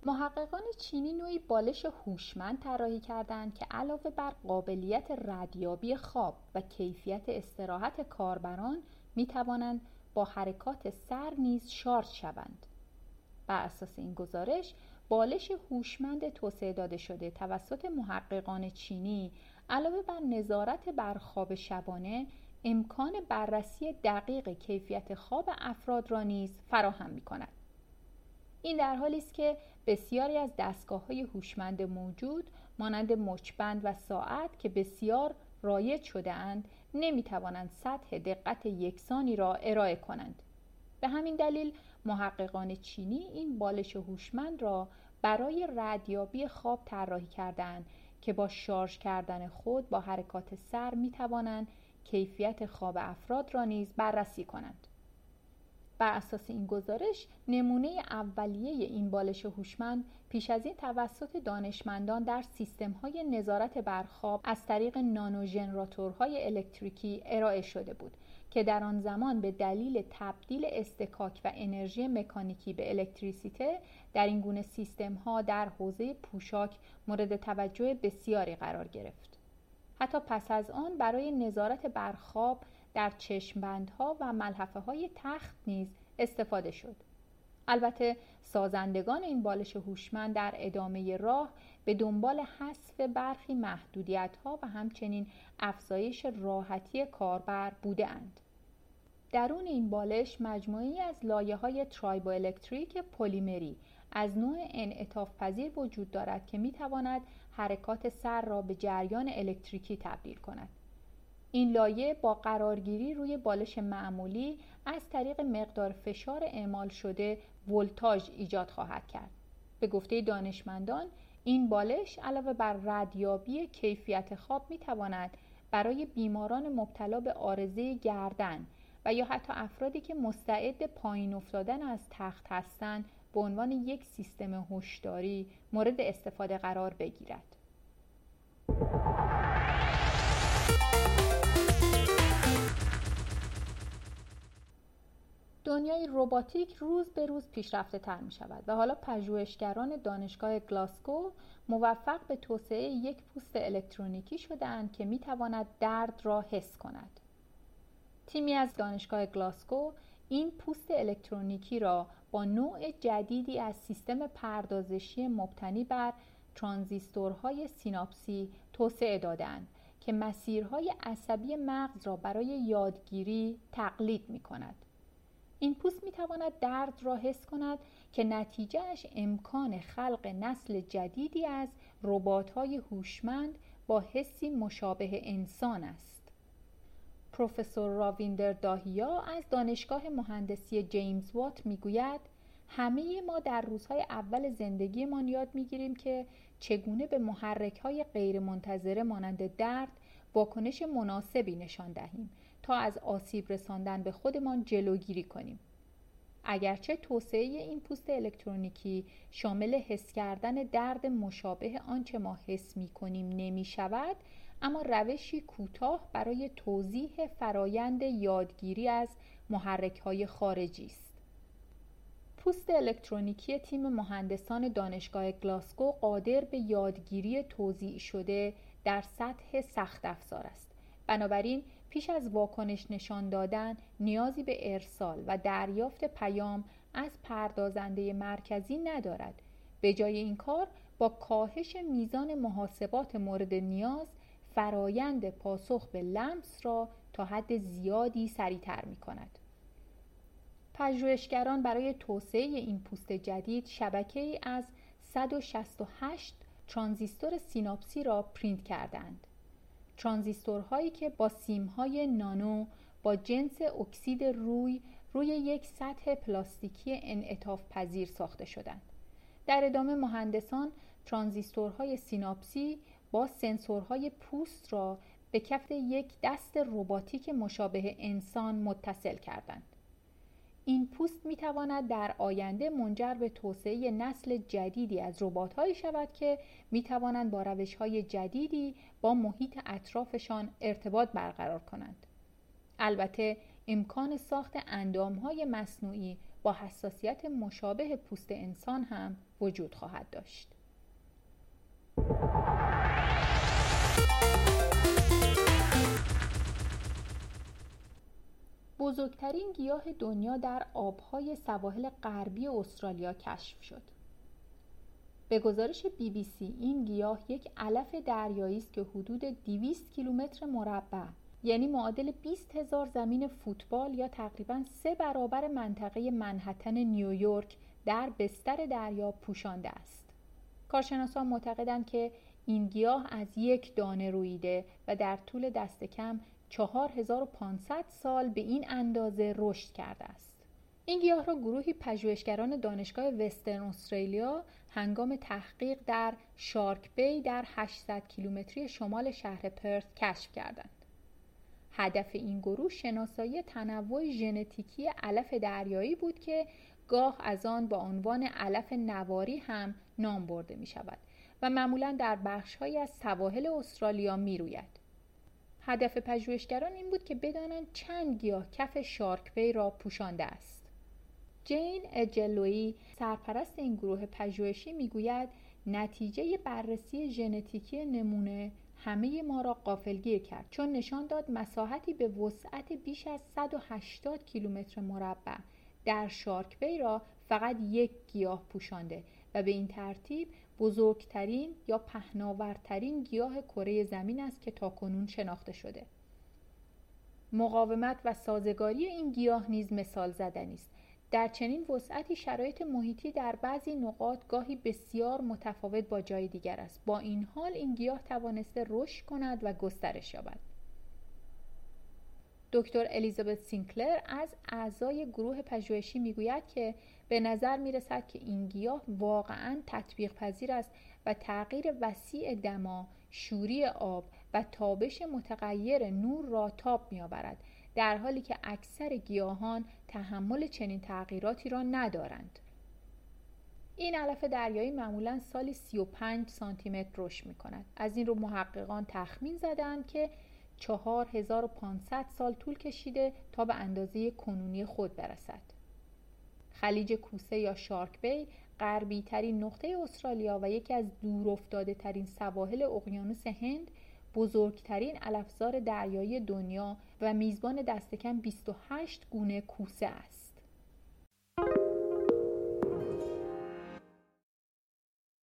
محققان چینی نوعی بالش هوشمند طراحی کردند که علاوه بر قابلیت ردیابی خواب و کیفیت استراحت کاربران می‌توانند با حرکات سر نیز شارژ شوند. بر اساس این گزارش، بالش هوشمند توسعه داده شده توسط محققان چینی علاوه بر نظارت بر خواب شبانه، امکان بررسی دقیق کیفیت خواب افراد را نیز فراهم می‌کند. این در حالی است که بسیاری از دستگاه‌های هوشمند موجود مانند مچبند و ساعت که بسیار رایج شده‌اند نمی‌توانند سطح دقت یکسانی را ارائه کنند. به همین دلیل محققان چینی این بالش هوشمند را برای ردیابی خواب طراحی کردند که با شارژ کردن خود با حرکات سر می‌توانند کیفیت خواب افراد را نیز بررسی کنند. بر اساس این گزارش، نمونه اولیه این بالش هوشمند پیش از این توسط دانشمندان در سیستم‌های نظارت بر خواب از طریق نانو ژنراتورهای الکتریکی ارائه شده بود که در آن زمان به دلیل تبدیل اصطکاک و انرژی مکانیکی به الکتریسیته در این گونه سیستم‌ها در حوزه پوشاک مورد توجه بسیاری قرار گرفت. حتی پس از آن برای نظارت بر خواب در چشمبندها و ملحفه‌های تخت نیز استفاده شد. البته سازندگان این بالش هوشمند در ادامه راه به دنبال حذف برخی محدودیت‌ها و همچنین افزایش راحتی کاربر بوده‌اند. درون این بالش مجموعه‌ای از لایه‌های ترایبوالکتریک پلیمری از نوع انعطاف پذیر وجود دارد که می‌تواند حرکات سر را به جریان الکتریکی تبدیل کند. این لایه با قرارگیری روی بالش معمولی از طریق مقدار فشار اعمال شده ولتاژ ایجاد خواهد کرد. به گفته دانشمندان، این بالش علاوه بر ردیابی کیفیت خواب می‌تواند برای بیماران مبتلا به عارضه گردن و یا حتی افرادی که مستعد پایین افتادن از تخت هستند به عنوان یک سیستم هوشداری مورد استفاده قرار بگیرد. دنیای رباتیک روز به روز پیشرفته تر می شود و حالا پژوهشگران دانشگاه گلاسگو موفق به توسعه یک پوست الکترونیکی شده‌اند که می تواند درد را حس کند. تیمی از دانشگاه گلاسگو این پوست الکترونیکی را با نوع جدیدی از سیستم پردازشی مبتنی بر ترانزیستورهای سیناپسی توسعه داده‌اند که مسیرهای عصبی مغز را برای یادگیری تقلید می کند. این پوست می تواند درد را حس کند که نتیجهش امکان خلق نسل جدیدی از ربات‌های هوشمند با حسی مشابه انسان است. پروفسور راویندر داهیا از دانشگاه مهندسی جیمز وات می گوید همه ما در روزهای اول زندگیمان یاد می گیریم که چگونه به محرک‌های غیرمنتظره مانند درد واکنش مناسبی نشان دهیم تا از آسیب رساندن به خودمان جلوگیری کنیم. اگرچه توسعه این پوست الکترونیکی شامل حس کردن درد مشابه آنچه ما حس می‌کنیم نمی‌شود، اما روشی کوتاه برای توضیح فرایند یادگیری از محرک‌های خارجی است. پوست الکترونیکی تیم مهندسان دانشگاه گلاسگو قادر به یادگیری توزیع شده در سطح سخت افزار است. بنابراین پیش از واکنش نشان دادن نیازی به ارسال و دریافت پیام از پردازنده مرکزی ندارد. به جای این کار با کاهش میزان محاسبات مورد نیاز فرایند پاسخ به لمس را تا حد زیادی سریعتر می کند. پژوهشگران برای توسعه این پوست جدید شبکه‌ای از 168 ترانزیستور سیناپسی را پرینت کردند. ترانزیستورهایی که با سیم‌های نانو با جنس اکسید روی یک سطح پلاستیکی انعطاف پذیر ساخته شدند. در ادامه مهندسان ترانزیستورهای سیناپسی با سنسورهای پوست را به کف یک دست رباتیک مشابه انسان متصل کردند. این پوست می‌تواند در آینده منجر به توسعه نسل جدیدی از ربات‌هایی شود که می‌توانند با روش‌های جدیدی با محیط اطرافشان ارتباط برقرار کنند. البته امکان ساخت اندام‌های مصنوعی با حساسیت مشابه پوست انسان هم وجود خواهد داشت. بزرگترین گیاه دنیا در آب‌های سواحل غربی استرالیا کشف شد. به گزارش BBC این گیاه یک علف دریایی است که حدود 200 کیلومتر مربع، یعنی معادل 20,000 زمین فوتبال یا تقریباً 3 برابر منطقه منهتن نیویورک در بستر دریا پوشانده است. کارشناسان معتقدند که این گیاه از یک دانه رویده و در طول دست کم 4500 سال به این اندازه رشد کرده است. این گیاه را گروهی پژوهشگران دانشگاه وسترن استرالیا هنگام تحقیق در شارک بی در 800 کیلومتری شمال شهر پرث کشف کردند. هدف این گروه شناسایی تنوع ژنتیکی علف دریایی بود که گاه از آن با عنوان علف نواری هم نام برده می شود و معمولاً در بخش‌هایی از سواحل استرالیا می روید. هدف پژوهشگران این بود که بدانند چند گیاه کف شارک بی را پوشانده است. جین اجلویی سرپرست این گروه پژوهشی میگوید نتیجه بررسی ژنتیکی نمونه همه ما را غافلگیر کرد، چون نشان داد مساحتی به وسعت بیش از 180 کیلومتر مربع در شارک بی را فقط یک گیاه پوشانده و به این ترتیب بزرگترین یا پهناورترین گیاه کره زمین است که تاکنون شناخته شده. مقاومت و سازگاری این گیاه نیز مثال زدنی است. در چنین وسعتی شرایط محیطی در بعضی نقاط گاهی بسیار متفاوت با جای دیگر است. با این حال این گیاه توانسته رشد کند و گسترش یابد. دکتر الیزابت سینکلر از اعضای گروه پژوهشی میگوید که به نظر میرسد که این گیاه واقعاً تطبیق پذیر است و تغییر وسیع دما، شوری آب و تابش متغیر نور را تاب می‌آورد، در حالی که اکثر گیاهان تحمل چنین تغییراتی را ندارند. این علف دریایی معمولاً سالی 35 سانتی متر رشد می‌کند. از این رو محققان تخمین زدند که 4500 سال طول کشیده تا به اندازه کنونی خود برسد. خلیج کوسه یا شارک بی غربی ترین نقطه استرالیا و یکی از دورافتاده ترین سواحل اقیانوس هند بزرگترین علفزار دریایی دنیا و میزبان دست کم 28 گونه کوسه است.